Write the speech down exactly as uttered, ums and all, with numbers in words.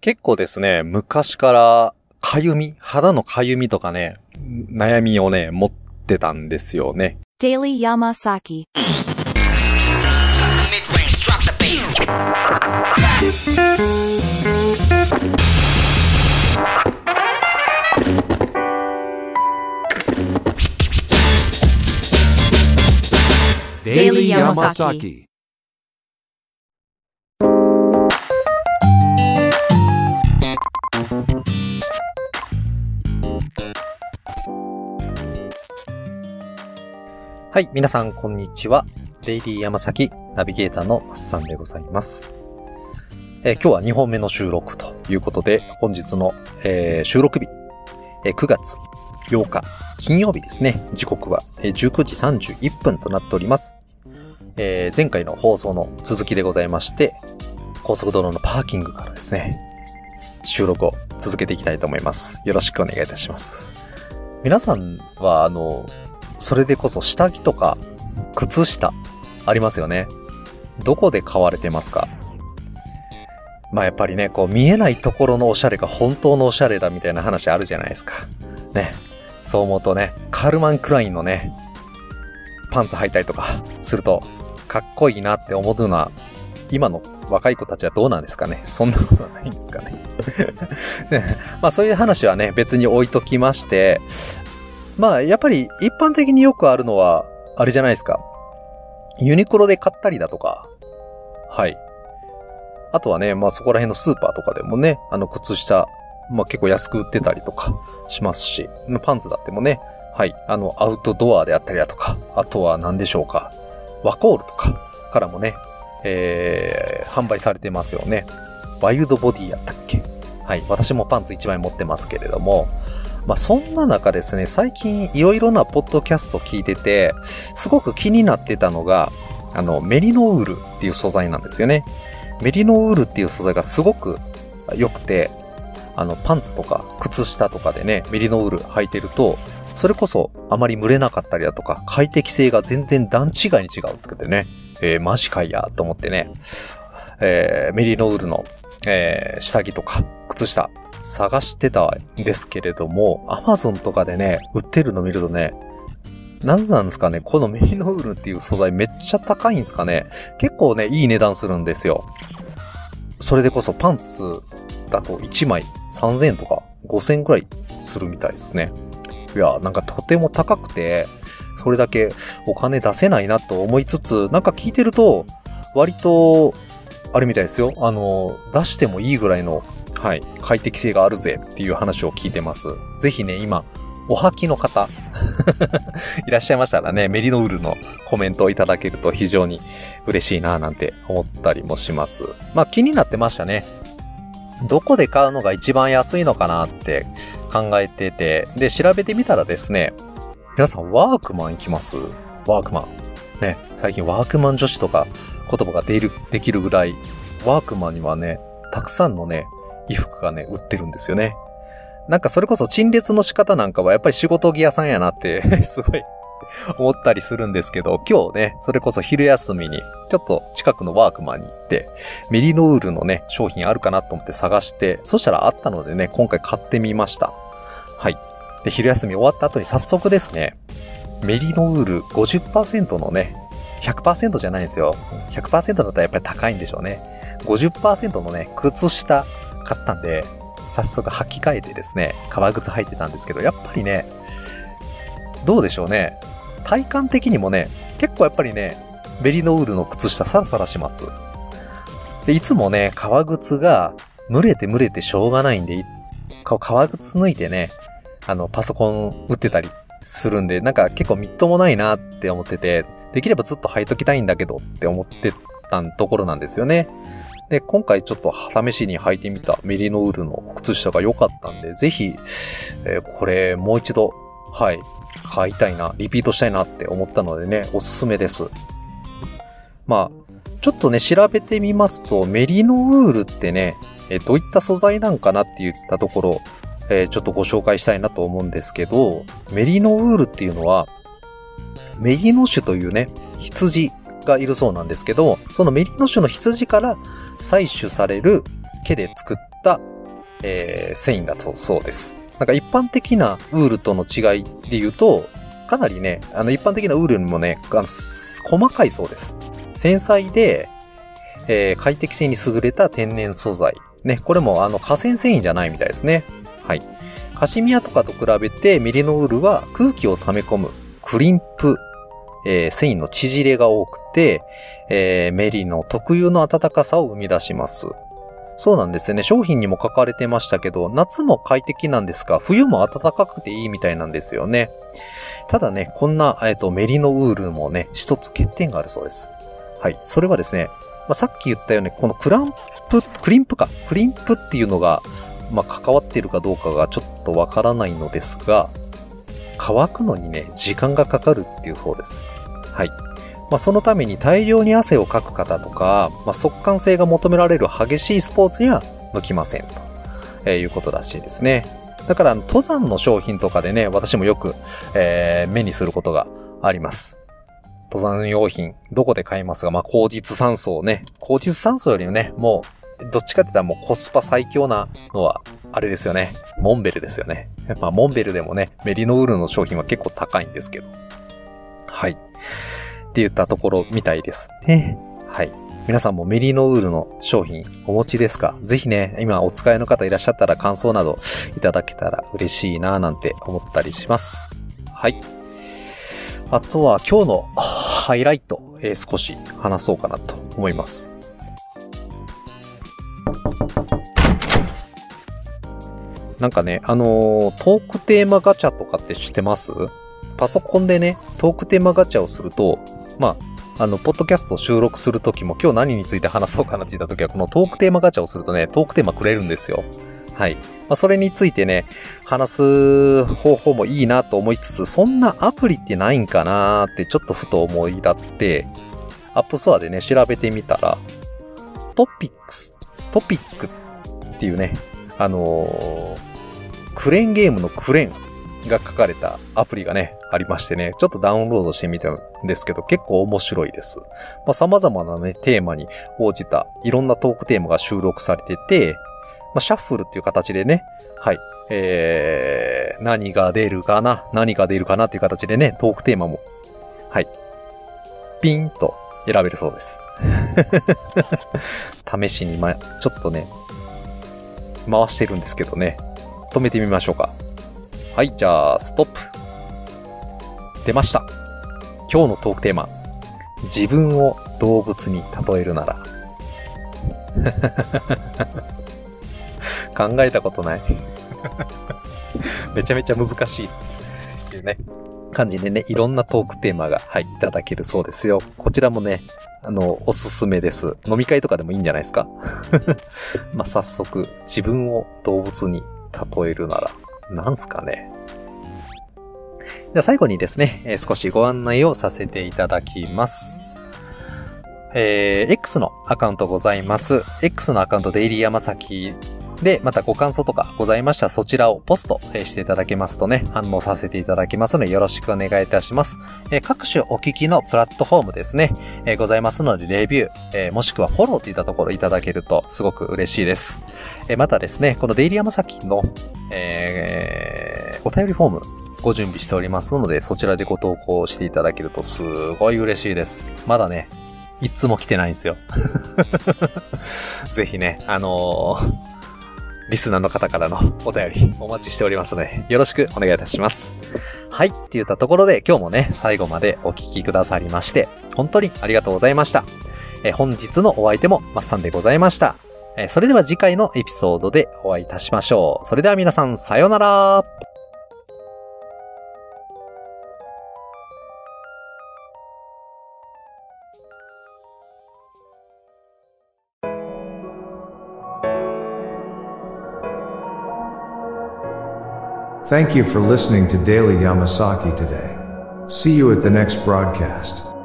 結構ですね、昔からかゆみ、肌のかゆみとかね、悩みをね、持ってたんですよね。 Daily Yamasaki。 Daily Yamasaki。 はい、皆さんこんにちは。デイリーヤマサキナビゲーターのマッサンでございます。えー、今日はにほんめの収録ということで、本日の、えー、収録日、えー、くがつようか金曜日ですね。時刻はじゅうくじさんじゅういっぷんとなっております。えー、前回の放送の続きでございまして、高速道路のパーキングからですね、収録を続けていきたいと思います。よろしくお願いいたします。皆さんはあのそれでこそ下着とか靴下ありますよね。どこで買われてますか？まあやっぱりね、こう見えないところのおしゃれが本当のおしゃれだみたいな話あるじゃないですか。ね。そう思うとね、カルマンクラインのね、パンツ履いたりとかするとかっこいいなって思うのは、今の若い子たちはどうなんですかね。そんなことはないんですかね。でまあそういう話はね、別に置いときまして、まあやっぱり一般的によくあるのはあれじゃないですか。ユニクロで買ったりだとか、はい。あとはね、まあそこら辺のスーパーとかでもね、あの靴下、まあ結構安く売ってたりとかしますし、パンツだってもね、はい、あのアウトドアであったりだとか、あとは何でしょうか、ワコールとかからもね、えー、販売されてますよね。ワイルドボディやったっけ？はい、私もパンツいちまい持ってますけれども、まあそんな中ですね、最近いろいろなポッドキャスト聞いてて、すごく気になってたのが、あの、メリノウールっていう素材なんですよね。メリノウールっていう素材がすごく良くて、あの、パンツとか靴下とかでね、メリノウール履いてると、それこそあまり蒸れなかったりだとか、快適性が全然段違いに違うって言ってね、えー、マジかいやと思ってね、えー、メリノウールの、えー、下着とか靴下、探してたんですけれども、アマゾンとかでね、売ってるの見るとね、なんなんですかね、このメリノウールっていう素材めっちゃ高いんですかね。結構ね、いい値段するんですよ。それでこそパンツだといちまいさんぜんえんとかごせんえんくらいするみたいですね。いや、なんかとても高くて、それだけお金出せないなと思いつつ、なんか聞いてると、割と、あれみたいですよ。あの、出してもいいぐらいのはい。快適性があるぜっていう話を聞いてます。ぜひね、今、おはきの方、いらっしゃいましたらね、メリノウールのコメントをいただけると非常に嬉しいななんて思ったりもします。まあ気になってましたね。どこで買うのが一番安いのかなって考えてて、で、調べてみたらですね、皆さんワークマン行きます？ワークマン。ね、最近ワークマン女子とか言葉が出る、できるぐらい、ワークマンにはね、たくさんのね、衣服がね、売ってるんですよね。なんかそれこそ陳列の仕方なんかはやっぱり仕事着屋さんやなってすごい思ったりするんですけど、今日ね、それこそ昼休みにちょっと近くのワークマンに行って、メリノウールのね、商品あるかなと思って探して、そしたらあったのでね、今回買ってみました。はい。で、昼休み終わった後に早速ですね、メリノウール ごじゅっパーセント のね、ひゃくパーセント じゃないんですよ。ひゃくパーセント だったらやっぱり高いんでしょうね。ごじゅっパーセント のね、靴下、買ったんで、早速履き替えてですね、革靴履いてたんですけど、やっぱりね、どうでしょうね。体感的にもね、結構やっぱりね、メリノウールの靴下サラサラします。で、いつもね、革靴が蒸れて蒸れてしょうがないんで、革靴抜いてね、あの、パソコン打ってたりするんで、なんか結構みっともないなって思ってて、できればずっと履いときたいんだけどって思ってたところなんですよね。で、今回ちょっと試しに履いてみたメリノウールの靴下が良かったんで、ぜひ、えー、これもう一度、はい、買いたいな、リピートしたいなって思ったのでね、おすすめです。まあ、ちょっとね、調べてみますと、メリノウールってね、えー、どういった素材なんかなって言ったところ、えー、ちょっとご紹介したいなと思うんですけど、メリノウールっていうのは、メリノ種というね、羊がいるそうなんですけど、そのメリノ種の羊から採取される毛で作ったえー、繊維だとそうです。なんか一般的なウールとの違いで言うと、かなりね、あの一般的なウールにもね、あの細かいそうです。繊細で、えー、快適性に優れた天然素材。ね、これもあの化繊繊維じゃないみたいですね。はい。カシミヤとかと比べてメリノウールは空気を溜め込むクリンプ、えー、繊維の縮れが多くて、えー、メリノ特有の暖かさを生み出します。そうなんですよね。商品にも書かれてましたけど、夏も快適なんですが、冬も暖かくていいみたいなんですよね。ただね、こんな、えっと、メリノウールもね、一つ欠点があるそうです。はい。それはですね、まあ、さっき言ったように、このクランプ、クリンプか。クリンプっていうのが、まあ、関わっているかどうかがちょっとわからないのですが、乾くのにね、時間がかかるっていうそうです。はい。まあ、そのために大量に汗をかく方とか、まあ、速乾性が求められる激しいスポーツには向きませんと、えー、いうことらしいですね。だから登山の商品とかでね、私もよく、えー、目にすることがあります。登山用品、どこで買いますか？まあ、高実酸素をね、高実酸素よりもね、もう、どっちかって言ったらもうコスパ最強なのは、あれですよね。モンベルですよね。まあ、モンベルでもね、メリノウールの商品は結構高いんですけど。はい。って言ったところみたいですね。はい。皆さんもメリノウールの商品お持ちですか？ぜひね、今お使いの方いらっしゃったら感想などいただけたら嬉しいななんて思ったりします。はい。あとは今日のハイライト、えー、少し話そうかなと思います。なんかね、あのー、トークテーマガチャとかって知ってます？パソコンでね、トークテーマガチャをすると、まあ、あの、ポッドキャストを収録するときも今日何について話そうかなって言ったときは、このトークテーマガチャをするとね、トークテーマくれるんですよ。はい。まあ、それについてね、話す方法もいいなと思いつつ、そんなアプリってないんかなーってちょっとふと思い立って、アップストアでね、調べてみたら、トピックス、トピックっていうね、あのー、クレーンゲームのクレーンが書かれたアプリがね、ありましてね、ちょっとダウンロードしてみたんですけど、結構面白いです。まあ、様々なね、テーマに応じたいろんなトークテーマが収録されてて、まあ、シャッフルっていう形でね、はい、えー、何が出るかな、何が出るかなっていう形でね、トークテーマも、はい、ピンと選べるそうです。試しに、ま、ちょっとね、回してるんですけどね、止めてみましょうか。はい、じゃあ、ストップ。出ました。今日のトークテーマ。自分を動物に例えるなら。考えたことない。めちゃめちゃ難しい。っていうね、感じでね、いろんなトークテーマが、はい、いただけるそうですよ。こちらもね、あの、おすすめです。飲み会とかでもいいんじゃないですか。まあ、早速、自分を動物に例えるなら。なんすかね。では最後にですね、えー、少しご案内をさせていただきます。えー、X のアカウントございます。X のアカウントデイリーヤマサキで、またご感想とかございましたらそちらをポストしていただけますとね、反応させていただきますのでよろしくお願いいたします。えー、各種お聞きのプラットフォームですね、えー、ございますのでレビュー、えー、もしくはフォローといったところいただけるとすごく嬉しいです。えー、またですね、このデイリーヤマサキの、えー、お便りフォームご準備しておりますので、そちらでご投稿していただけるとすごい嬉しいです。まだね、いつも来てないんですよ。ぜひね、あのー、リスナーの方からのお便りお待ちしておりますので、よろしくお願いいたします。はい、って言ったところで今日もね、最後までお聞きくださりまして、本当にありがとうございました。え本日のお相手もマッサンでございました。えそれでは次回のエピソードでお会いいたしましょう。それでは皆さん、さようなら。 Thank you for listening to Daily Yamasaki today. See you at the next broadcast.